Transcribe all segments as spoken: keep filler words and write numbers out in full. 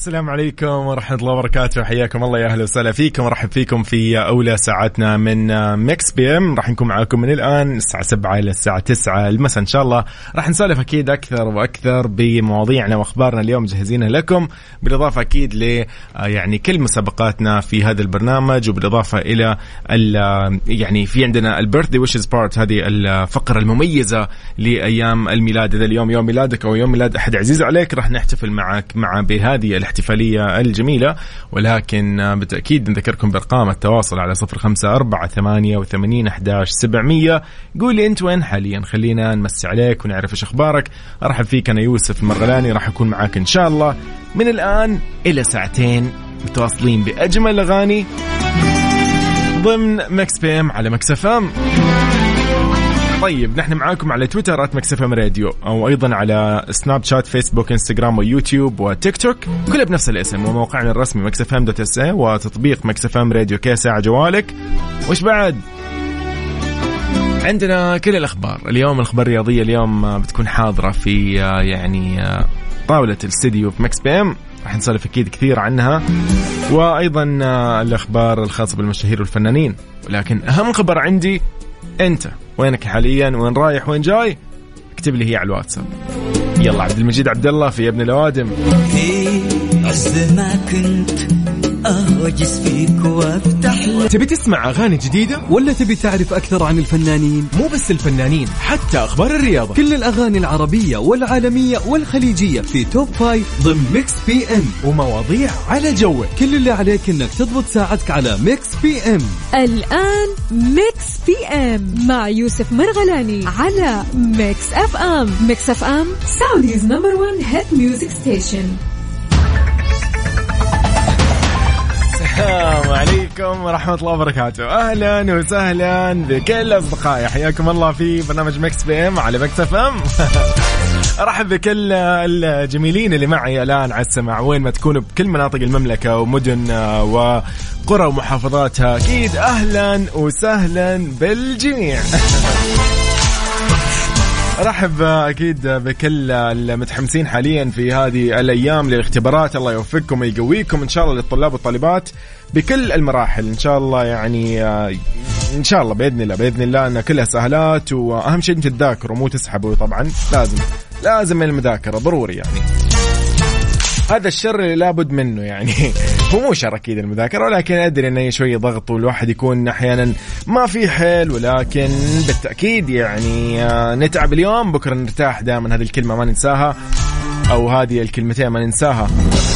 السلام عليكم ورحمة الله وبركاته. حياكم الله، يا أهلا وسهلا فيكم، ورحب فيكم في أولى ساعتنا من ميكس بي ام. راح نكون معاكم من الآن الساعة سبعة إلى الساعة تسعة المساء إن شاء الله. راح نسولف أكيد أكثر وأكثر بمواضيعنا وأخبارنا اليوم جهزينها لكم، بالإضافة أكيد ل يعني كل مسابقاتنا في هذا البرنامج، وبالإضافة إلى يعني في عندنا البيرثدي ويشز بارت، هذه الفقرة المميزة لأيام الميلاد. إذا اليوم يوم ميلادك أو يوم ميلاد أحد عزيز عليك راح نحتفل معك مع بهذه الاحتفالية الجميلة، ولكن بالتأكيد نذكركم بأرقام التواصل على صفر خمسة أربعة ثمانية وثمانين أحداش سبعمية. قولي أنت وين حاليا، خلينا نمسي عليك ونعرف إيش أخبارك. أرحب فيك، أنا يوسف المرغلاني، راح أكون معاك إن شاء الله من الآن إلى ساعتين متواصلين بأجمل الأغاني ضمن ميكس بي ام على ميكس اف ام. طيب نحن معاكم على تويتر ات ميكس اف ام راديو، او ايضا على سناب شات، فيسبوك، انستغرام ويوتيوب وتيك توك، كلها بنفس الاسم، وموقعنا الرسمي ميكس اف ام دوت اس اي، وتطبيق ميكس اف ام راديو كي ساعة جوالك. وش بعد عندنا؟ كل الاخبار اليوم، الاخبار الرياضيه اليوم بتكون حاضره في يعني طاوله الاستديو في ميكس بي ام، راح نسولف اكيد كثير عنها، وايضا الاخبار الخاصه بالمشاهير والفنانين. ولكن اهم خبر عندي، انت وينك حاليا، وين رايح، وين جاي؟ اكتب لي هي على الواتساب. يلا عبد المجيد عبد الله في ابن الأوادم. في عز ما كنت أهوجس فيك وافتح لك. تبي تسمع أغاني جديدة ولا تبي تعرف أكثر عن الفنانين؟ مو بس الفنانين، حتى أخبار الرياضة، كل الأغاني العربية والعالمية والخليجية في توب فايف ضمن ميكس بي ام، ومواضيع على جوك. كل اللي عليك إنك تضبط ساعتك على ميكس بي ام. الآن ميكس بي ام مع يوسف مرغلاني على ميكس اف ام. ميكس اف ام سعوديز نمبر ون هيت ميوزك ستيشن. السلام عليكم ورحمة الله وبركاته، أهلا وسهلا بكل أصدقائي، حياكم الله في برنامج ميكس بي ام على ميكس اف ام. أرحب بكل الجميلين اللي معي الآن على السمع، وين ما تكونوا بكل مناطق المملكة ومدن وقرى ومحافظاتها، أكيد أهلا وسهلا بالجميع. أرحب أكيد بكل المتحمسين حاليا في هذه الأيام للاختبارات، الله يوفقكم ويقويكم إن شاء الله للطلاب والطالبات بكل المراحل إن شاء الله. يعني إن شاء الله بإذن الله بإذن الله أن كلها سهلات، وأهم شيء أنت تذاكروا مو تسحبوا، طبعا لازم لازم من المذاكرة ضروري، يعني هذا الشر اللي لابد منه. يعني هو مو شر أكيد المذاكرة، ولكن أدري أنه شوي ضغط والواحد يكون أحيانا ما في حيل، ولكن بالتأكيد يعني نتعب اليوم بكرة نرتاح. دائما هذه الكلمة ما ننساها، أو هذه الكلمتين ما ننساها.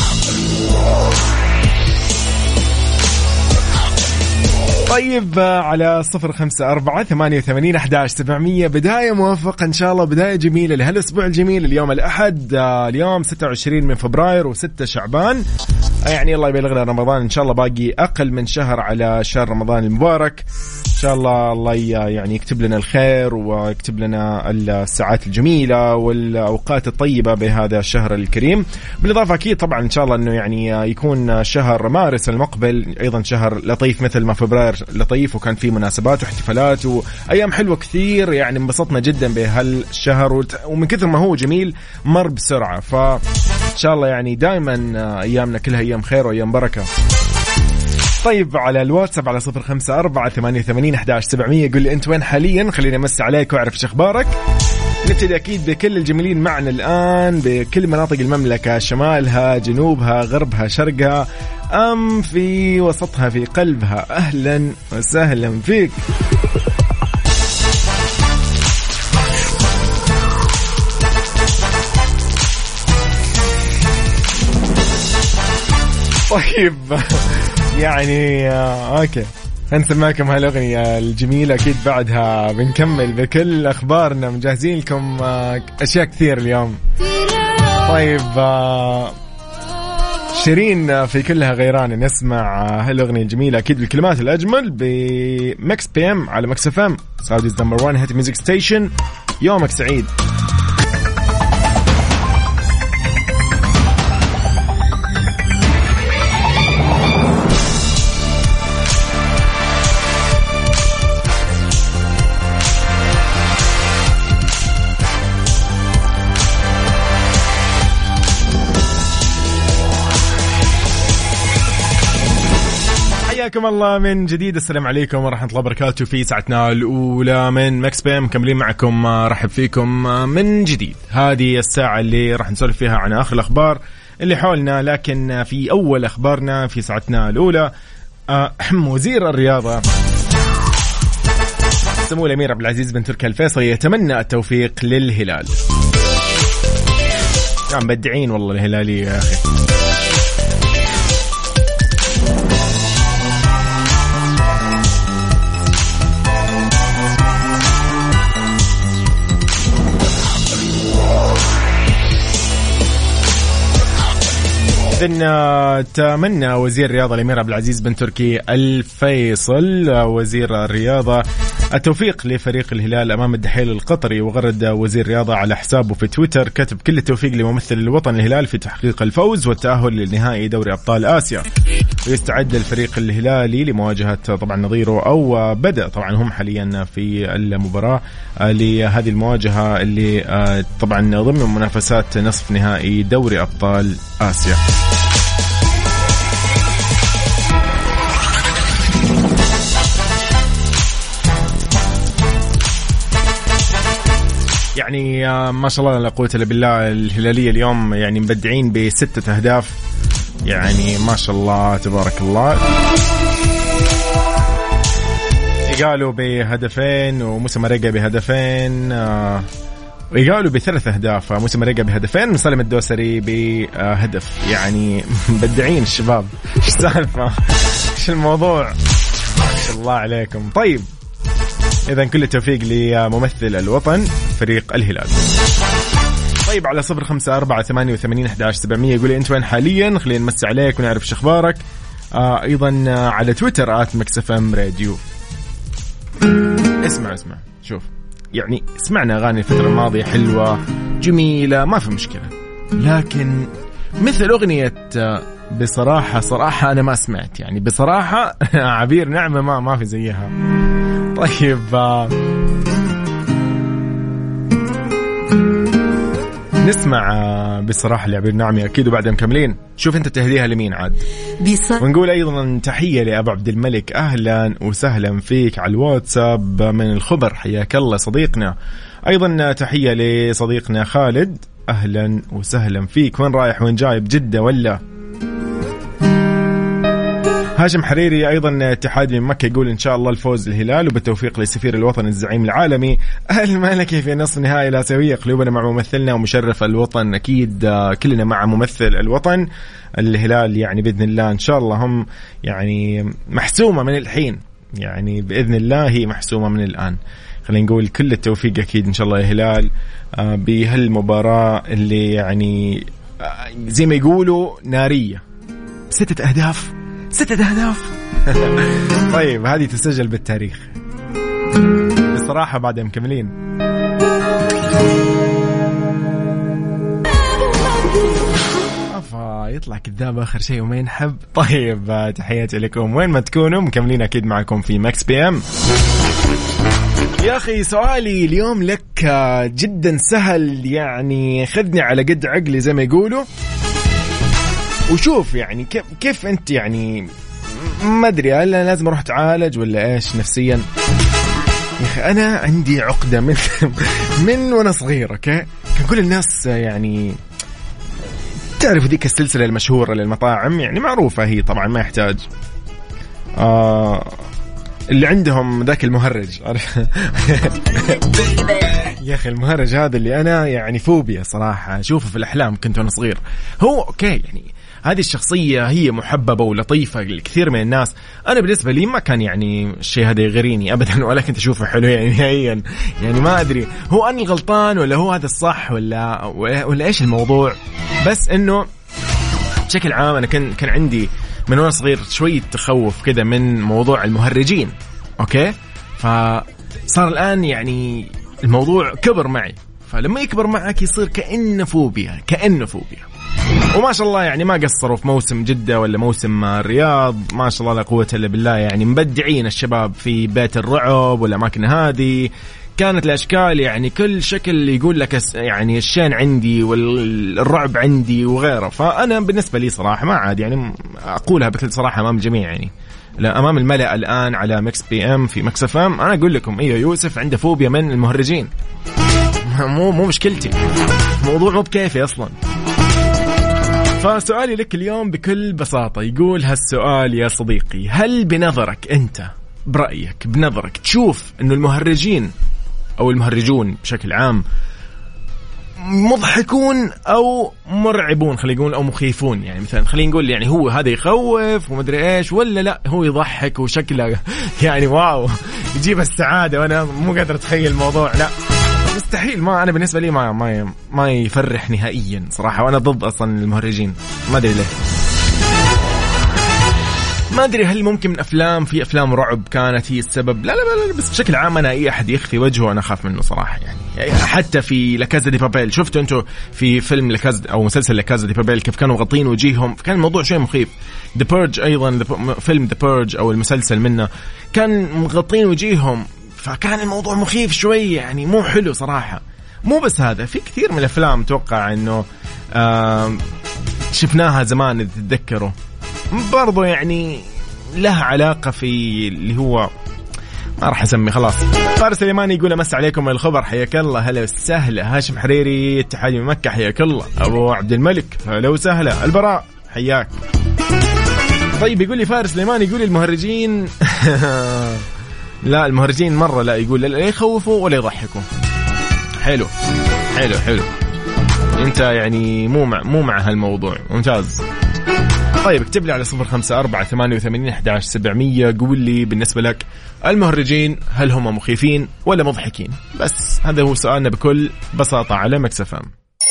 طيب على صفر خمسة أربعة ثمانية وثمانين أحداش سبعمية، بداية موفقة إن شاء الله، بداية جميلة لهالأسبوع الجميل. اليوم الأحد، اليوم ستة وعشرين من فبراير وستة شعبان، يعني الله يبلغنا رمضان إن شاء الله، باقي أقل من شهر على شهر رمضان المبارك إن شاء الله. الله يعني يكتب لنا الخير ويكتب لنا الساعات الجميلة والأوقات الطيبة بهذا الشهر الكريم. بالإضافة أكيد طبعا إن شاء الله أنه يعني يكون شهر مارس المقبل أيضا شهر لطيف مثل ما فبراير لطيف، وكان فيه مناسبات واحتفالات وأيام حلوة كثير، يعني انبسطنا جدا بهالشهر، ومن كثر ما هو جميل مر بسرعة. فإن شاء الله يعني دائما أيامنا كلها أيام خير وأيام بركة. طيب على الواتساب على صفر خمسة أربعة ثمانية وثمانين أحداش سبعمية، قل لي أنت وين حاليا، خليني أمسي عليك وأعرف إيش أخبارك. نبتدي أكيد بكل الجميلين معنا الآن بكل مناطق المملكة، شمالها، جنوبها، غربها، شرقها، أم في وسطها، في قلبها. أهلا وسهلا فيك. طيب يعني آه أوكي، هنسمعكم هالأغنية الجميلة، أكيد بعدها بنكمل بكل أخبارنا، مجهزين لكم آه أشياء كثير اليوم. طيب آه شيرين في كلها غيران، نسمع هالأغنية الجميلة أكيد بالكلمات الأجمل بمكس بي ام على مكس اف ام، سعوديز نمبر وان هيت ميوزك ستيشن. يومك سعيد. حياكم الله من جديد. السلام عليكم ورحمة الله وبركاته في ساعتنا الأولى من مكس بي ام، مكملين معكم. رحب فيكم من جديد. هذه الساعة اللي راح نسولف فيها عن آخر الأخبار اللي حولنا، لكن في أول أخبارنا في ساعتنا الأولى وزير الرياضة سمو الأمير عبد العزيز بن تركي الفيصل يتمنى التوفيق للهلال. يعني مبدعين والله الهلالي يا أخي. إن تمنى وزير الرياضة الأمير عبد العزيز بن تركي الفيصل وزير الرياضة التوفيق لفريق الهلال أمام الدحيل القطري. وغرد وزير الرياضة على حسابه في تويتر كتب كل التوفيق لممثل الوطن الهلال في تحقيق الفوز والتأهل للنهائي دوري أبطال آسيا. ويستعد الفريق الهلالي لمواجهة طبعا نظيره، أو بدأ طبعا هم حاليا في المباراة لهذه المواجهة اللي طبعا ضمن منافسات نصف نهائي دوري أبطال آسيا. يعني ما شاء الله لا قوة إلا بالله، الهلالية اليوم يعني مبدعين بستة أهداف، يعني ما شاء الله تبارك الله. قالوا بهدفين وموسى مريقة بهدفين، وقالوا بثلاث أهداف موسى مريقة بهدفين وسالم الدوسري بهدف. يعني مبدعين الشباب، إيش سالفة إيش الموضوع، ما شاء الله عليكم. طيب إذن كل التوفيق لممثل الوطن فريق الهلال. طيب على صفر خمسة أربعة ثمانية وثمانين أحد عشر سبعمية يقولي أنت وين حاليا، خلينا نمسي عليك ونعرف شخبارك. آه أيضا على تويتر آت مكس اف ام راديو. اسمع اسمع شوف، يعني سمعنا أغاني الفترة الماضية حلوة جميلة ما في مشكلة، لكن مثل أغنية بصراحة صراحة أنا ما سمعت، يعني بصراحة عبير نعمة ما ما في زيها. طيب نسمع بصراحة لعبير نعمة أكيد، وبعدها مكملين. شوف أنت تهديها لمين عاد. ونقول أيضا تحية لأبو عبد الملك، أهلا وسهلا فيك على الواتساب من الخبر، حياك الله صديقنا. أيضا تحية لصديقنا خالد، أهلا وسهلا فيك. وين رايح وين جاي، بجدة ولا؟ هاشم حريري أيضا اتحاد من مكة يقول إن شاء الله الفوز الهلال وبالتوفيق لسفير الوطن الزعيم العالمي الملكي في نصف نهائي الآسيوية. قلوبنا مع ممثلنا ومشرف الوطن، أكيد كلنا مع ممثل الوطن الهلال، يعني بإذن الله إن شاء الله هم يعني محسومة من الحين، يعني بإذن الله هي محسومة من الآن. خلينا نقول كل التوفيق أكيد إن شاء الله يا هلال بهالمباراة اللي يعني زي ما يقولوا نارية. ستة أهداف ستة أهداف طيب هذه تسجل بالتاريخ بصراحة. بعد مكملين. أفا يطلع كذاب آخر شيء وما ينحب. طيب تحياتي لكم وين ما تكونوا، مكملين أكيد معكم في ماكس بي ام. يا أخي سؤالي اليوم لك جدا سهل، يعني خذني على قد عقلي زي ما يقولوا، وشوف يعني كيف كيف أنت يعني ما أدري هل أنا لازم أروح أتعالج ولا إيش نفسيا. يا أخي أنا عندي عقدة من من وأنا صغير. أوكي كان كل الناس يعني تعرف ذيك السلسلة المشهورة للمطاعم، يعني معروفة هي طبعا ما يحتاج آه اللي عندهم ذاك المهرج يا أخي المهرج هذا اللي أنا يعني فوبيا صراحة أشوفه في الأحلام كنت وأنا صغير. هو أوكي يعني هذه الشخصية هي محببة ولطيفة لكثير من الناس، أنا بالنسبة لي ما كان يعني الشيء هذا يغريني أبدا، ولا كنت أشوفه حلو يعني نهائيا. يعني ما أدري هو أنا الغلطان ولا هو هذا الصح ولا ولا إيش الموضوع، بس إنه بشكل عام أنا كان كان عندي من وأنا صغير شوية تخوف كذا من موضوع المهرجين. أوكي فصار الآن يعني الموضوع كبر معي، فلما يكبر معك يصير كأنه فوبيا كأنه فوبيا. وما شاء الله يعني ما قصروا في موسم جدة ولا موسم الرياض، ما شاء الله لا قوة إلا بالله، يعني مبدعين الشباب في بيت الرعب والأماكن هذه. كانت الأشكال يعني كل شكل يقول لك يعني الشين عندي والرعب عندي وغيره. فأنا بالنسبة لي صراحة ما عاد يعني أقولها بكل صراحة أمام الجميع، يعني أمام الملأ الآن على ميكس بي ام في ميكس اف ام، أنا أقول لكم إيه يوسف عنده فوبيا من المهرجين. مو مو مشكلتي، موضوع مو بكيفي أصلا. فسؤالي لك اليوم بكل بساطة يقول هالسؤال يا صديقي: هل بنظرك أنت، برأيك بنظرك، تشوف أنه المهرجين أو المهرجون بشكل عام مضحكون أو مرعبون، خلينا نقول، أو مخيفون؟ يعني مثلا خلينا نقول يعني هو هذا يخوف ومدري إيش، ولا لا هو يضحك وشكله يعني واو يجيب السعادة وأنا مو قادر أتخيل الموضوع؟ لا مستحيل. ما أنا بالنسبة لي ما ما ما يفرح نهائيا صراحة، وأنا ضد أصلا المهرجين، ما أدري ليه. ما أدري هل ممكن من أفلام، في أفلام رعب كانت هي السبب؟ لا لا لا، بس بشكل عام أنا أي أحد يخفي وجهه أنا أخاف منه صراحة. يعني حتى في لاكازا دي بابيل، شفتوا أنتوا في فيلم لاكازا أو مسلسل لاكازا دي بابيل كيف كانوا مغطين وجيههم؟ كان الموضوع شوي مخيف. The Purge أيضا، فيلم The Purge أو المسلسل منه كان مغطين وجيههم، فكان الموضوع مخيف شوي، يعني مو حلو صراحة. مو بس هذا، في كثير من الأفلام توقع أنه شفناها زمان إذا تتذكروا، برضو يعني لها علاقة في اللي هو ما راح أسمي خلاص. فارس سليماني يقول أمس عليكم الخبر، حياك الله. هلا وسهلا. هاشم حريري اتحادي من مكة، حياك الله. أبو عبد الملك هلا وسهلا. البراء حياك. طيب يقول لي فارس سليماني، يقول المهرجين لا المهرجين مرة لا، يقول لا يخوفوا ولا يضحكوا. حلو حلو حلو، انت يعني مو مع مو مع هالموضوع، ممتاز. طيب اكتب لي على صفر خمسة أربعة ثمانية وثمانين أحد عشر سبعمية، قول لي بالنسبة لك المهرجين هل هم مخيفين ولا مضحكين؟ بس هذا هو سؤالنا بكل بساطة على ميكس اف ام.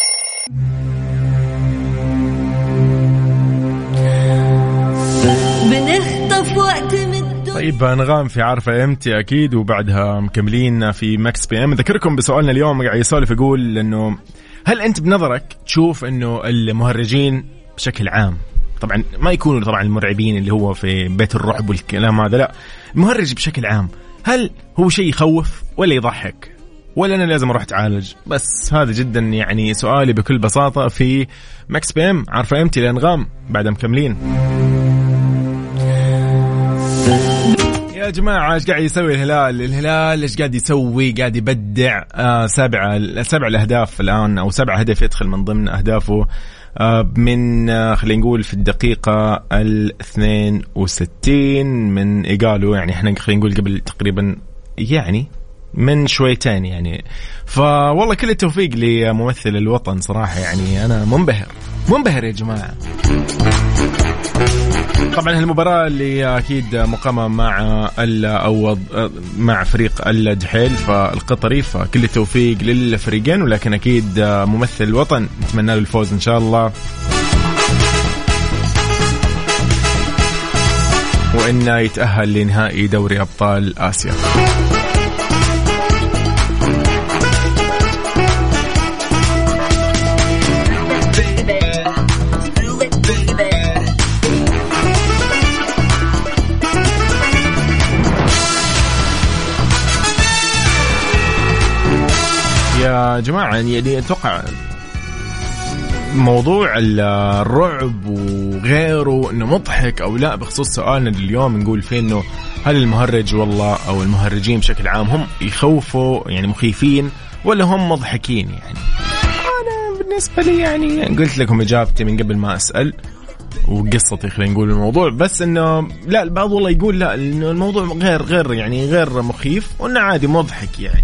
بنخطف وقت من طيب نغام في عارفة امتى أكيد، وبعدها مكملين في ماكس بي ام. أذكركم بسؤالنا اليوم، قاعد يسولف يقول إنه هل أنت بنظرك تشوف إنه المهرجين بشكل عام، طبعا ما يكونوا طبعا المرعبين اللي هو في بيت الرعب والكلام هذا، لا المهرج بشكل عام، هل هو شيء يخوف ولا يضحك، ولا أنا لازم أروح أتعالج؟ بس هذا جدا يعني سؤالي بكل بساطة في ماكس بي ام. عارفة امتى لأنغام بعدها مكملين. يا جماعة ايش قاعد يسوي الهلال؟ الهلال ايش قاعد يسوي؟ قاعد يبدع آه سبعة سبع الأهداف الآن، أو سبع هدف يدخل من ضمن أهدافه آه من آه خلينا نقول في الدقيقة الاثنين وستين من إيجالو، يعني احنا خلينا نقول قبل تقريبا يعني من شويتين يعني. فوالله كل التوفيق لممثل الوطن صراحة، يعني أنا منبهر منبهر يا جماعة. طبعا المباراة اللي أكيد مقامة مع أو مع فريق الدحيل فالقطري، فكل التوفيق للفريقين، ولكن أكيد ممثل الوطن نتمنى له الفوز إن شاء الله، وإنه يتأهل لنهائي دوري أبطال آسيا. يا جماعة يعني أتوقع موضوع الرعب وغيره إنه مضحك أو لا، بخصوص سؤالنا اليوم نقول فيه إنه هل المهرج والله أو المهرجين بشكل عام هم يخوفوا يعني مخيفين ولا هم مضحكين؟ يعني أنا بالنسبة لي يعني قلت لكم إجابتي من قبل ما أسأل وقصتي خلينا نقول الموضوع، بس إنه لا البعض والله يقول لا إنه الموضوع غير غير يعني غير مخيف وإنه عادي مضحك يعني.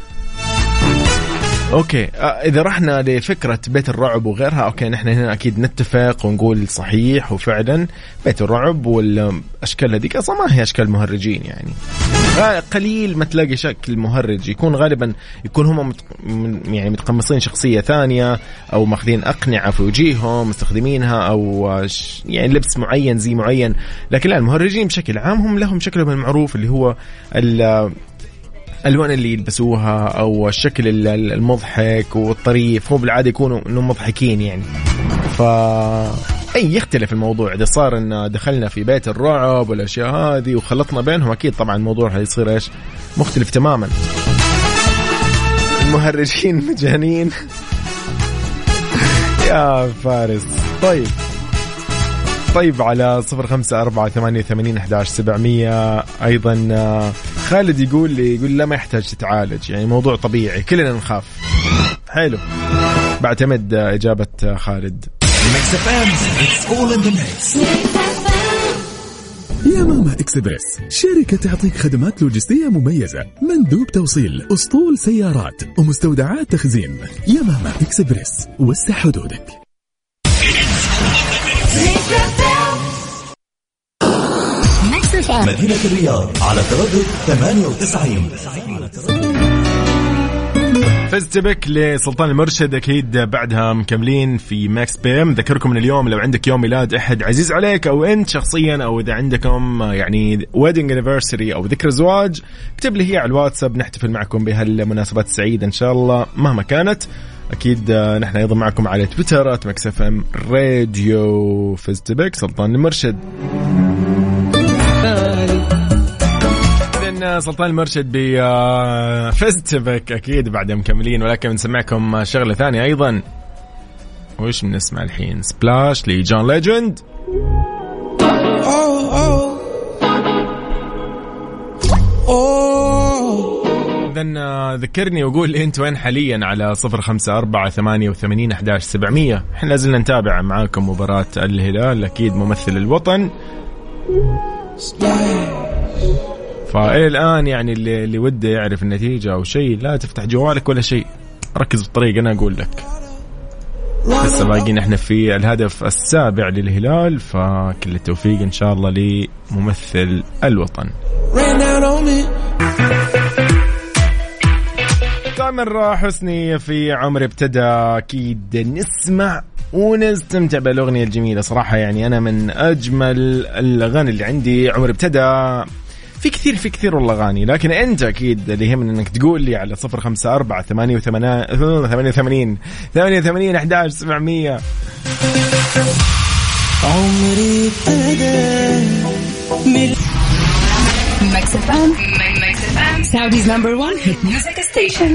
اوكي اذا رحنا لفكره بيت الرعب وغيرها، اوكي نحن هنا اكيد نتفق ونقول صحيح، وفعلا بيت الرعب والاشكال هذيك اصلا ما هي اشكال مهرجين، يعني قليل ما تلاقي شكل مهرج، يكون غالبا يكون هم مت يعني متقمصين شخصيه ثانيه او ماخذين اقنعه في وجيههم مستخدمينها، او يعني لبس معين زي معين. لكن لا المهرجين بشكل عام هم لهم شكلهم المعروف اللي هو الألوان اللي يلبسوها أو الشكل المضحك والطريف، هو بالعادة يكونوا إنهم مضحكين يعني. فا أي يختلف الموضوع إذا صار إن دخلنا في بيت الرعب والأشياء هذه وخلطنا بينهم، أكيد طبعا الموضوع هيصير إيش مختلف تماما. المهرجين مجانين يا فارس. طيب طيب على صفر خمسة أربعة ثمانية ثمانين أحداش سبعمية. أيضا خالد يقول لي يقول لا ما يحتاج تتعالج، يعني موضوع طبيعي كلنا نخاف. حلو، بعتمد إجابة خالد. يا ماما إكسبرس، شركة تعطيك خدمات لوجستية مميزة، مندوب توصيل، أسطول سيارات ومستودعات تخزين. يا ماما إكسبرس، وسع حدودك. مدينة الرياض على تردد ثمانية وتسعين. فزت بك لسلطان المرشد. أكيد بعدها مكملين في ماكس بي ام. ذكركم من اليوم لو عندك يوم ميلاد أحد عزيز عليك أو أنت شخصيا، أو إذا عندكم يعني wedding anniversary أو ذكرى زواج، اكتب لي هي على الواتساب، نحتفل معكم بهالمناسبات السعيدة إن شاء الله مهما كانت. أكيد نحن أيضا معكم على تويتر ات ماكس اف ام راديو. فزت بك سلطان المرشد. سلطان المرشد بفزت بك أكيد بعد مكملين، ولكن نسمعكم شغلة ثانية أيضا. وإيش بنسمع الحين؟ سبلاش لجون ليجند. إذن ذكرني وقول أنت وين حاليا على صفر خمسة أربعة ثمانية وثمانين أحداش سبعمية. إحنا لازلنا نتابع معاكم مباراة الهلال، أكيد ممثل الوطن. فإلى الآن يعني اللي, اللي وده يعرف النتيجة أو شيء لا تفتح جوالك ولا شيء، ركز بالطريق أنا أقول لك. لسه باقيين إحنا في الهدف السابع للهلال، فكل التوفيق إن شاء الله لممثل الوطن. تامر حسني في عمر ابتدى، أكيد نسمع ونستمتع بالأغنية الجميلة صراحة. يعني أنا من أجمل الأغاني اللي عندي عمر ابتدى. في كثير في كثير والله أغاني، لكن أنت أكيد اللي يهمني إنك تقول لي على صفر خمسة أربعة ثمانية وثمانين ثمانية وثمانين ثمانية وثمانين أحداش سبعمية. عمري ابتدى من ميكس اف ام ميكس اف ام Saudi's number one hit music station.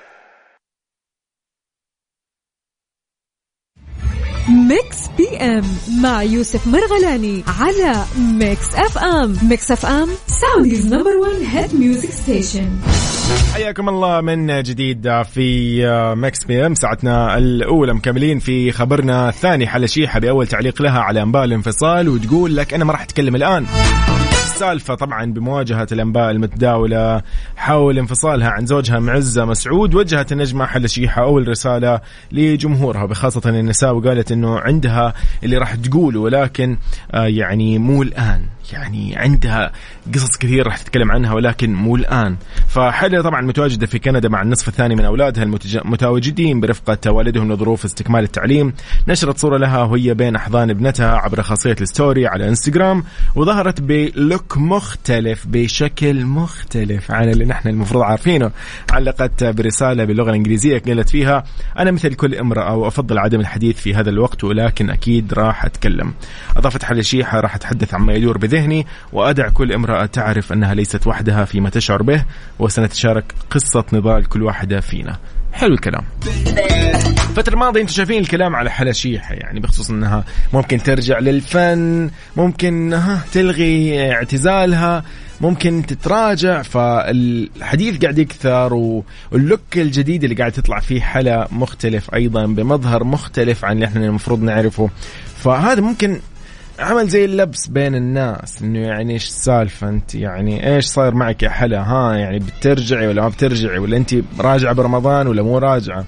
ميكس بي ام مع يوسف مرغلاني على ميكس اف ام. ميكس اف ام Saudi's number one hit music station. حياكم الله من جديد في ميكس بي ام. ساعتنا الأولى مكملين في خبرنا الثاني. حلا شيحة بأول تعليق لها على أنباء الانفصال، وتقول لك أنا ما راح أتكلم الآن. السالفة طبعا بمواجهة الأنباء المتداولة حول انفصالها عن زوجها معزة مسعود، وجهت النجمة حلا شيحة أول رسالة لجمهورها بخاصة النساء، وقالت إنه عندها اللي راح تقوله، ولكن آه يعني مو الآن. يعني عندها قصص كثير راح تتكلم عنها ولكن مو الآن. فحلا طبعا متواجدة في كندا مع النصف الثاني من أولادها المتواجدين برفقة والدهم لظروف استكمال التعليم. نشرت صورة لها وهي بين أحضان ابنتها عبر خاصية الستوري على انستغرام، وظهرت بلوك مختلف بشكل مختلف عن اللي نحن المفروض عارفينه. علقت برسالة باللغة الإنجليزية قالت فيها: أنا مثل كل امرأة وأفضل عدم الحديث في هذا الوقت، ولكن أكيد راح أتكلم. أضافت حلا شيحة: راح أتحدث عما يدور بذهني، وأدع كل امرأة تعرف أنها ليست وحدها فيما تشعر به، وسنتشارك قصة نضال كل واحدة فينا. حلو الكلام. الفترة الماضية انتم شايفين الكلام على حلا شيحة، يعني بخصوص انها ممكن ترجع للفن، ممكن ها تلغي اعتزالها، ممكن تتراجع. فالحديث قاعد يكثر، واللوك الجديد اللي قاعد تطلع فيه حلا مختلف أيضا بمظهر مختلف عن اللي احنا المفروض نعرفه. فهذا ممكن عمل زي اللبس بين الناس، انه يعني ايش السالفة انت، يعني ايش صاير معك يا حلا، ها يعني بترجعي ولا ما بترجعي، ولا انت راجعة برمضان ولا مو راجعة.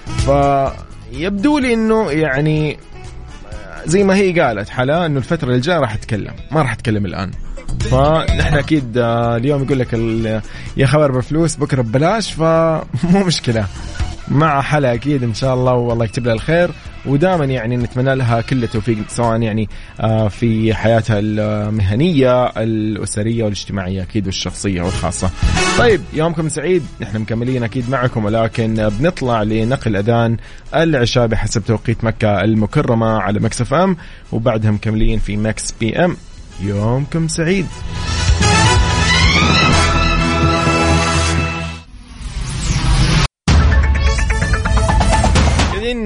فيبدو لي انه يعني زي ما هي قالت حلا انه الفترة الجاية راح اتكلم، ما راح اتكلم الان. فنحن اكيد اليوم يقول لك يا خبر بفلوس بكرة ببلاش، فمو مشكلة مع حلا أكيد إن شاء الله، والله يكتب لها الخير، ودائما يعني نتمنى لها كل التوفيق سواء يعني في حياتها المهنية الأسرية والاجتماعية أكيد والشخصية والخاصة. طيب يومكم سعيد، نحن مكملين أكيد معكم، ولكن بنطلع لنقل أذان العشاء بحسب توقيت مكة المكرمة على مكس اف ام، وبعدها مكملين في مكس بي ام. يومكم سعيد.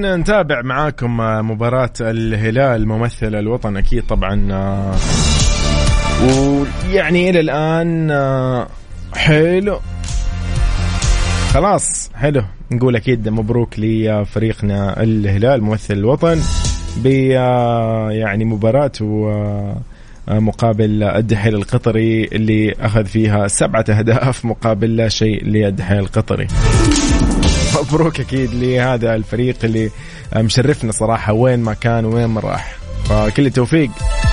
إذن نتابع معاكم مباراة الهلال ممثل الوطن أكيد طبعا، ويعني إلى الآن حلو خلاص حلو نقول أكيد مبروك لفريقنا الهلال ممثل الوطن ب يعني مباراته مقابل الدحيل القطري اللي أخذ فيها سبعة أهداف مقابل لا شيء للدحيل القطري. مبروك أكيد لهذا الفريق اللي مشرفنا صراحة وين ما كان وين ما راح، فكل التوفيق.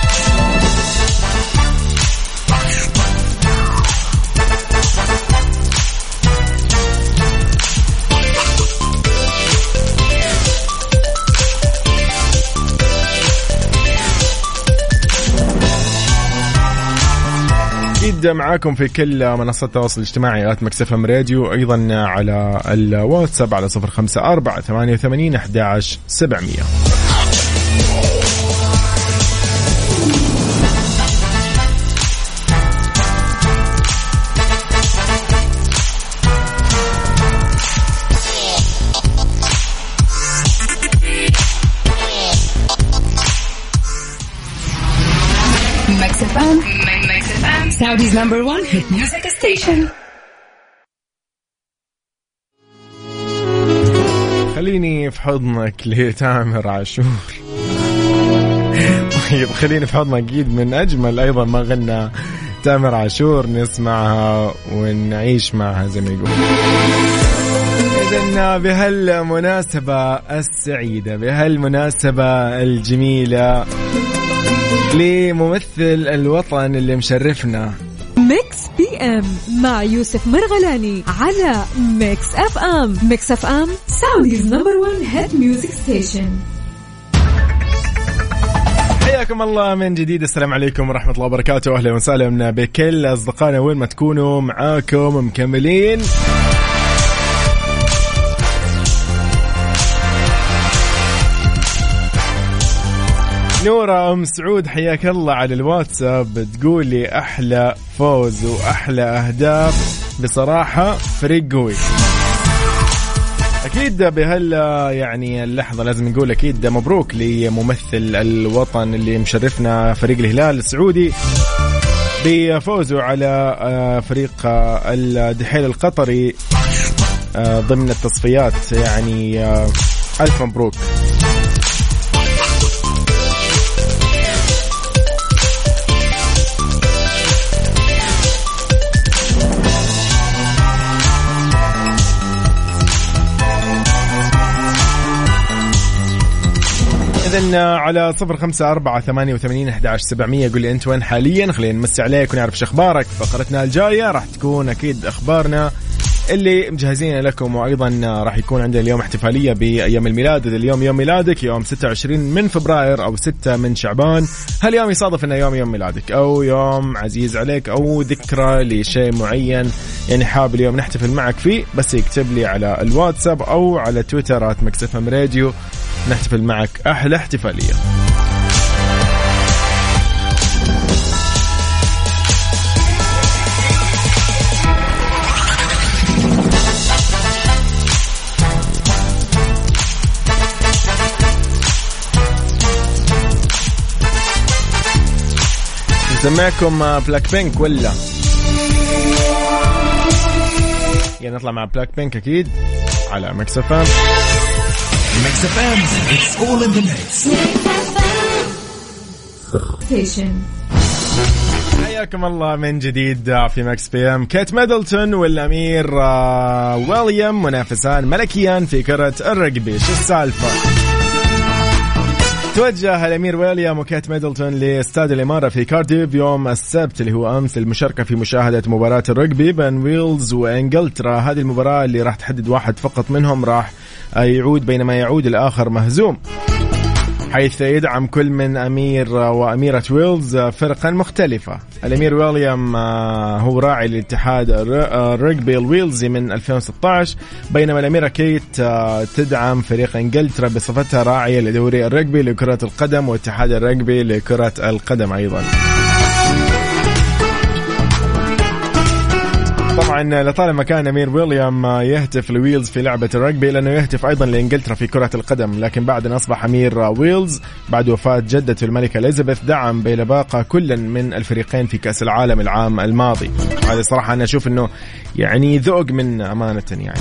معاكم في كل منصات التواصل الاجتماعي آت ميكس إف إم راديو، أيضا على الواتساب على صفر خمسة أربعة ثمانية وثمانين أحد عشر سبعمية. Mix إف إم Saudi's number one hit music station. خليني في حضنك لتامر عاشور. طيب خليني في حضنك أكيد من أجمل أيضا ما غنى تامر عاشور، نسمعها ونعيش معها زي ما يقول. إذن بهالمناسبة السعيدة بهالمناسبة الجميلة لممثل الوطن اللي مشرفنا ميكس بي ام مع يوسف مرغلاني على ميكس اف ام. ميكس اف ام سعوديز نمبر ون هيت ميوزك ستيشن. حياكم الله من جديد، السلام عليكم ورحمة الله وبركاته، أهلا وسهلا بكل أصدقائنا وين ما تكونوا، معاكم مكملين نورة أم سعود. حياك الله على الواتساب، تقول لي أحلى فوز وأحلى أهداف بصراحة فريق قوي. أكيد بهال يعني اللحظة لازم نقول أكيد مبروك لممثل الوطن اللي مشرفنا فريق الهلال السعودي بفوزه على فريق الدحيل القطري ضمن التصفيات، يعني ألف مبروك. إذن على صفر خمسة أربعة ثمانية وثمانين أحد عشر سبعمية قل لي أنت وين حاليا، خلينا نمسي عليك ونعرف شو أخبارك. فقرتنا الجاية راح تكون أكيد أخبارنا اللي مجهزين لكم، وأيضا راح يكون عندنا اليوم احتفالية بأيام الميلاد. اليوم يوم ميلادك يوم ستة وعشرين من فبراير أو ستة من شعبان، هل يوم يصادف أنه يوم يوم ميلادك أو يوم عزيز عليك أو ذكرى لشيء معين يعني حاب اليوم نحتفل معك فيه، بس يكتب لي على الواتساب أو على تويتر آت ميكس إف إم راديو، نحتفل معك أحلى احتفالية. نسمعكم بلاك بينك ولا يعني نطلع مع بلاك بينك أكيد على ميكس إف إم. Mix إف إم, it's all in the mix. حياكم الله من جديد في ماكس بي ام. كيت ميدلتون والأمير ويليام منافسان ملكيان في كرة الرجبي، شو السالفة؟ توجه الأمير ويليام وكيت ميدلتون لاستاد الإمارة في كارديف يوم السبت اللي هو أمس للمشاركة في مشاهدة مباراة الرجبي بين ويلز وإنجلترا. هذه المباراة اللي راح تحدد واحد فقط منهم راح يعود بينما يعود الآخر مهزوم، حيث يدعم كل من أمير وأميرة ويلز فرقا مختلفة. الأمير ويليام هو راعي الاتحاد الرجبي الويلزي من ألفين وستة عشر، بينما الأميرة كيت تدعم فريق إنجلترا بصفتها راعية لدوري الرجبي لكرة القدم واتحاد الرجبي لكرة القدم أيضا. طبعا طبعا لطالما كان أمير ويليام يهتف لويلز في لعبة الرجبي لأنه يهتف أيضا لإنجلترا في كرة القدم، لكن بعد أن أصبح أمير ويلز بعد وفاة جدته الملكة إليزابيث دعم بلباقة كل من الفريقين في كأس العالم العام الماضي. هذا صراحة أنا أشوف أنه يعني ذوق من أمانة. يعني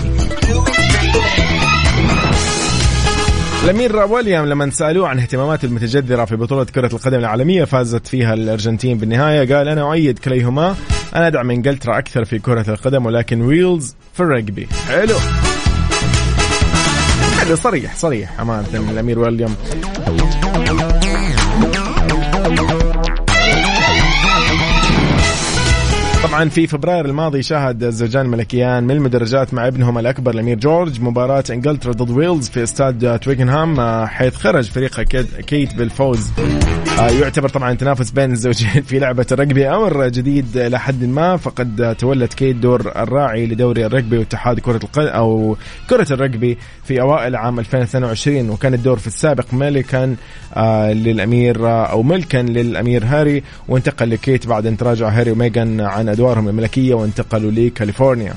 الأمير ويليام لما سألوه عن اهتماماته المتجذرة في بطولة كرة القدم العالمية فازت فيها الأرجنتين بالنهاية، قال أنا أؤيد كليهما، أنا أدعم إنجلترا أكثر في كرة القدم ولكن ويلز في الرجبي. حلو، هذا صريح صريح أمانة من الأمير ويليام. طبعا في فبراير الماضي شاهد الزوجان الملكيان من المدرجات مع ابنهم الأكبر الأمير جورج مباراة إنجلترا ضد ويلز في استاد تويغنهام، حيث خرج فريق كيت بالفوز. يعتبر طبعا تنافس بين الزوجين في لعبة الرجبي أمر جديد لحد ما، فقد تولت كيت دور الراعي لدوري الرجبي واتحاد كرة القدم أو كرة الرجبي في أوائل عام ألفين واثنين وعشرين، وكان الدور في السابق ملكا للأمير أو ملكا للأمير هاري، وانتقل لكيت بعد أن تراجع هاري وميغان عن أدوارهم الملكية وانتقلوا لكاليفورنيا.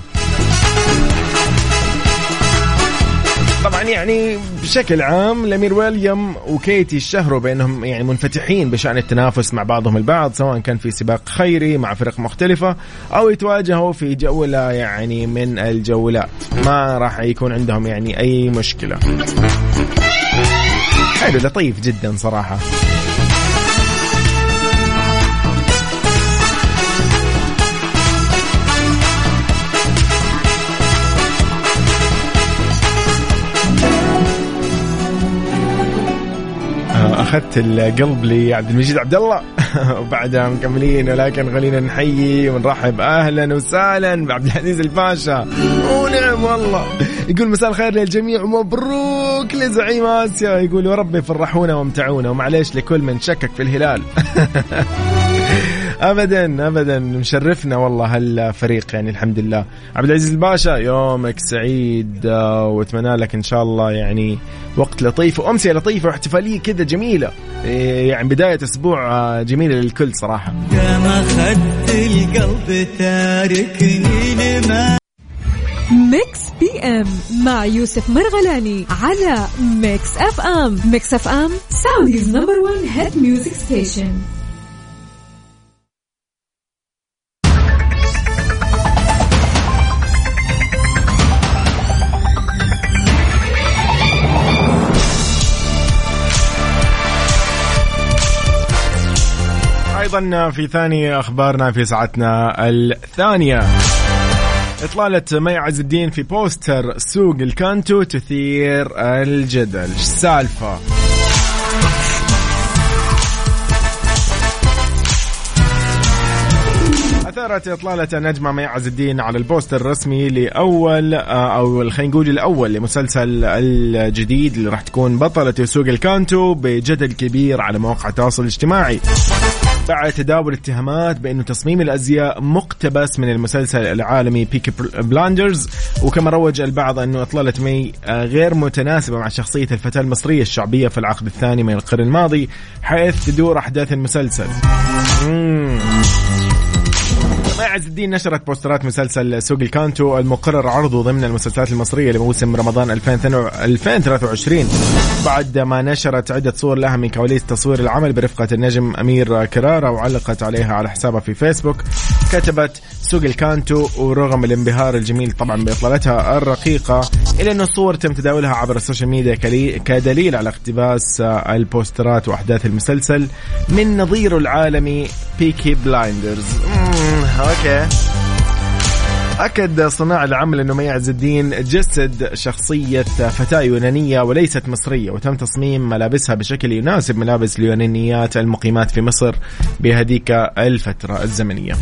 طبعا يعني بشكل عام الأمير ويليام وكيتي اشتهروا بأنهم يعني منفتحين بشأن التنافس مع بعضهم البعض، سواء كان في سباق خيري مع فرق مختلفة أو يتواجهوا في جولة يعني من الجولات، ما راح يكون عندهم يعني أي مشكلة. حلو، لطيف جدا صراحة. أخذت القلب لعبد المجيد عبد الله وبعدها مكملين، ولكن خلينا نحيي ونرحب أهلا وسهلا بعبد العزيز الباشا. ونعم والله، يقول مساء الخير للجميع ومبروك لزعيم آسيا، يقول يا رب يفرحونا وامتعونا ومعليش لكل من شكك في الهلال. أبدا أبدا، مشرفنا والله هالفريق يعني الحمد لله. عبد العزيز الباشا يومك سعيد واتمنى لك إن شاء الله يعني وقت لطيف وأمسية لطيفة واحتفالية كده جميلة، يعني بداية أسبوع جميلة للكل صراحة. ما خدت القلب تاركني لما ميكس بي ام مع يوسف مرغلاني على ميكس اف ام. ميكس اف ام سعوديز نمبر ون هيت ميوزك ستيشن. أيضا في ثاني أخبارنا في ساعتنا الثانية، إطلالة مي عز الدين في بوستر سوق الكانتو تثير الجدل. إيش السالفة؟ أثارت إطلالة النجمة مي عز الدين على البوستر الرسمي لأول أو خلينا نقول الأول لمسلسل الجديد اللي راح تكون بطلة سوق الكانتو بجدل كبير على مواقع التواصل الاجتماعي بعد تداول اتهامات بأنه تصميم الأزياء مقتبس من المسلسل العالمي بيكي بلاندرز، وكما روج البعض أنه إطلالة مي غير متناسبة مع شخصية الفتاة المصرية الشعبية في العقد الثاني من القرن الماضي حيث تدور أحداث المسلسل. مم. مي عز الدين نشرت بوسترات مسلسل سوق الكانتو المقرر عرضه ضمن المسلسلات المصرية لموسم رمضان ألفين وثلاثة وعشرين بعد ما نشرت عدة صور لها من كواليس تصوير العمل برفقة النجم أمير كرارة، وعلقت عليها على حسابها في فيسبوك كتبت سوق الكانتو ورغم الانبهار الجميل طبعا بإطلالتها الرقيقة إلا أن الصور تم تداولها عبر السوشيال ميديا كدليل على اقتباس البوسترات وأحداث المسلسل من نظيره العالمي بيكي بلايندرز. أوكي. أكد صناع العمل أنه مي عز الدين جسد شخصية فتاة يونانية وليست مصرية، وتم تصميم ملابسها بشكل يناسب ملابس اليونانيات المقيمات في مصر بهذيك الفترة الزمنية.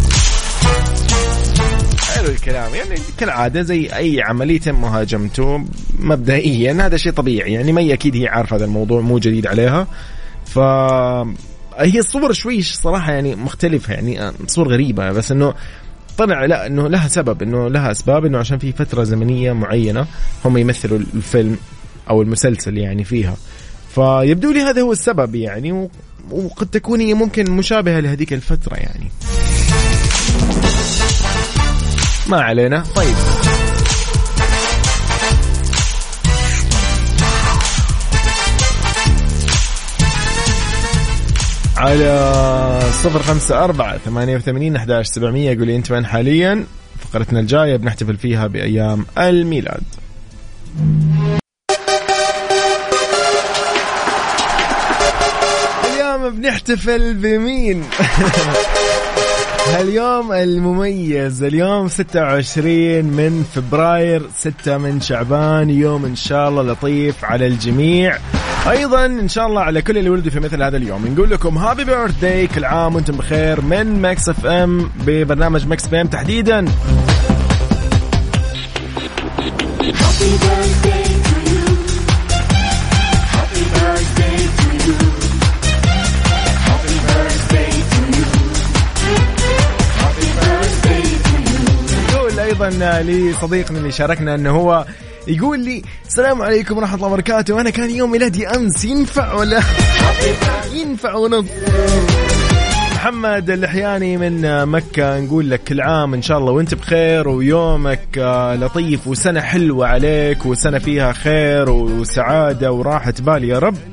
حلو الكلام، يعني كالعادة زي أي عملية مهاجمته مبدئيا هذا شيء طبيعي، يعني مي أكيد هي عارفة هذا الموضوع مو جديد عليها، ف هي الصور شوي صراحة يعني مختلفة، يعني صور غريبة، بس إنه طلع لا إنه لها سبب، إنه لها أسباب، إنه عشان في فترة زمنية معينة هم يمثلوا الفيلم أو المسلسل يعني فيها، فيبدو لي هذا هو السبب يعني، وقد تكون هي ممكن مشابهة لهذيك الفترة يعني. ما علينا. طيب على صفر خمسة أربعة ثمانية وثمانين أحد عشر سبعمية قولي أنت وين حاليا. فقرتنا الجاية بنحتفل فيها بأيام الميلاد. اليوم بنحتفل بمين؟ هاليوم المميز، اليوم ستة وعشرين من فبراير، ستة من شعبان، يوم إن شاء الله لطيف على الجميع، أيضا إن شاء الله على كل اللي ولدوا في مثل هذا اليوم. نقول لكم هابي بيرثداي، كل عام وانتم بخير من ميكس اف ام ببرنامج ميكس بي ام تحديدا. أيضا لصديقنا اللي شاركنا أنه هو يقول لي السلام عليكم ورحمة الله وبركاته، وأنا كان يوم ميلادي أمس، ينفع ولا ينفع ونص؟ محمد اللحياني من مكة نقول لك كل عام إن شاء الله وانت بخير ويومك لطيف وسنة حلوة عليك وسنة فيها خير وسعادة وراحة بال يا رب.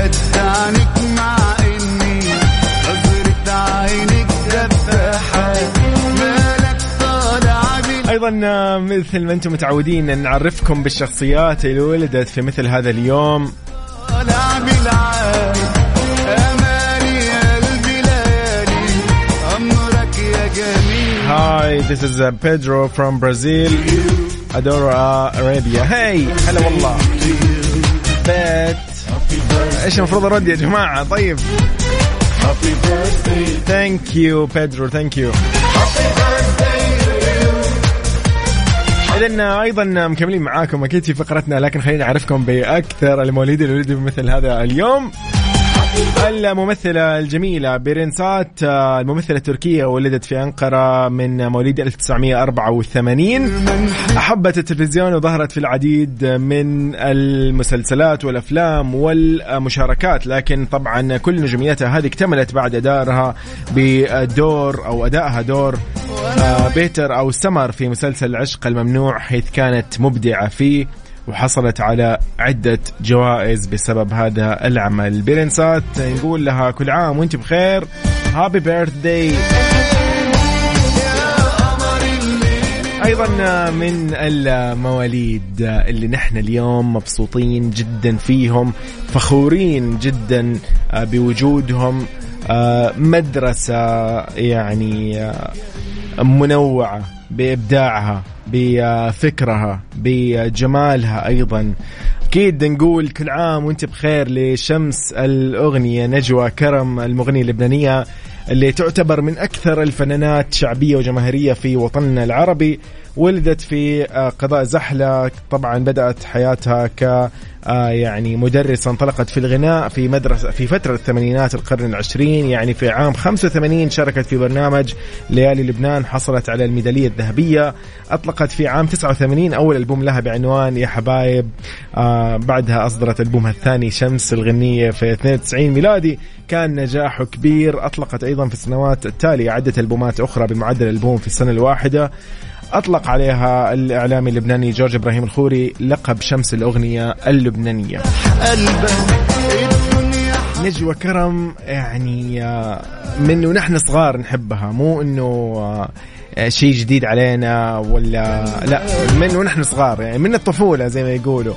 أيضا مثل ما أنتم متعودين أن نعرفكم بالشخصيات اللي ولدت في مثل هذا اليوم. Hi, this is uh, Pedro from Brazil. Adora Arabia. Hey, هلا والله. بيت. إيش المفروض أرد يا جماعة؟ طيب. Thank you, Pedro. Thank you. إذن أيضا مكملين معاكم أكيد في فقرتنا، لكن خلينا نعرفكم بأكثر المواليد اللي ولدوا بمثل هذا اليوم. الممثلة الجميلة بيرنسات، الممثلة التركية، ولدت في أنقرة من مواليد ألف وتسعمية وأربعة وثمانين. أحبت التلفزيون وظهرت في العديد من المسلسلات والأفلام والمشاركات، لكن طبعا كل نجوميتها هذه اكتملت بعد أدارها بدور أو أدائها دور بيتر أو سمر في مسلسل العشق الممنوع، حيث كانت مبدعة فيه وحصلت على عدة جوائز بسبب هذا العمل. بيرنسات نقول لها كل عام وانت بخير، هابي بيرثداي. أيضا من المواليد اللي نحن اليوم مبسوطين جدا فيهم، فخورين جدا بوجودهم، مدرسة يعني منوعة بإبداعها بفكرها بجمالها. أيضا أكيد نقول كل عام وانت بخير لشمس الأغنية نجوى كرم، المغنية اللبنانية اللي تعتبر من أكثر الفنانات شعبية وجماهيرية في وطننا العربي. ولدت في قضاء زحلة، طبعا بدأت حياتها ك يعني مدرسة، انطلقت في الغناء في مدرسة في فترة الثمانينات القرن العشرين، يعني في عام خمسة وثمانين شاركت في برنامج ليالي لبنان، حصلت على الميدالية الذهبية. أطلقت في عام تسعة وثمانين أول ألبوم لها بعنوان يا حبايب، آه بعدها أصدرت ألبومها الثاني شمس الغنية في اثنين وتسعين ميلادي، كان نجاحه كبير. أطلقت أيضا في السنوات التالية عدة ألبومات أخرى بمعدل ألبوم في السنة الواحدة. أطلق عليها الإعلامي اللبناني جورج إبراهيم الخوري لقب شمس الأغنية اللبنانية. نجوى كرم يعني من ونحن صغار نحبها، مو إنه شيء جديد علينا ولا لا، من ونحن صغار يعني من الطفولة زي ما يقولوا.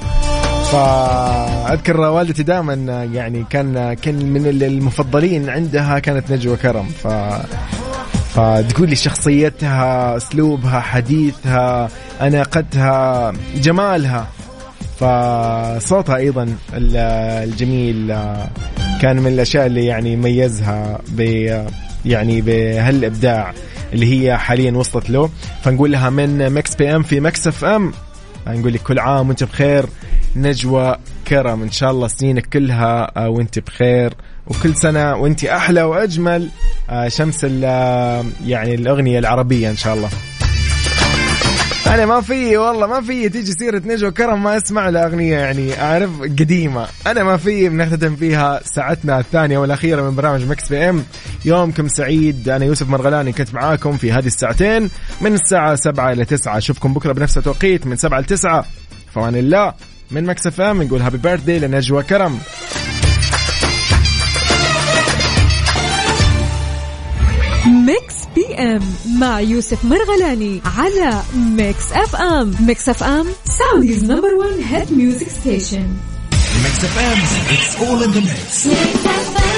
فأذكر والدتي دائما يعني كان كان من المفضلين عندها كانت نجوى كرم، ف فتقول لي شخصيتها، أسلوبها، حديثها، أناقتها، جمالها، فصوتها أيضا الجميل كان من الأشياء اللي يعني ميزها ب يعني بهالإبداع اللي هي حاليا وصلت له. فنقول لها من ميكس بي ام في ميكس اف ام، نقول لك كل عام وانت بخير نجوى كرم، إن شاء الله سنينك كلها وانت بخير، وكل سنة وانت أحلى وأجمل شمس يعني الأغنية العربية إن شاء الله. أنا ما في والله ما في تيجي سيرة نجوى كرم ما أسمع له أغنية يعني أعرف قديمة. أنا ما في بنختتم فيها ساعتنا الثانية والأخيرة من برنامج مكس بي إم. يومكم سعيد. أنا يوسف مرغلاني كنت معاكم في هذه الساعتين من الساعة سبعة إلى تسعة. أشوفكم بكرة بنفس التوقيت من سبعة لتسعة. فوان الله من مكس اف ام نقول هابي بيرثدي لنجوى كرم. ميكس بي ام مع يوسف مرغلاني على ميكس اف ام. ميكس اف ام سعوديز نمبر ون هيت ميوزك ستيشن. Mix إف إم, it's all in the mix.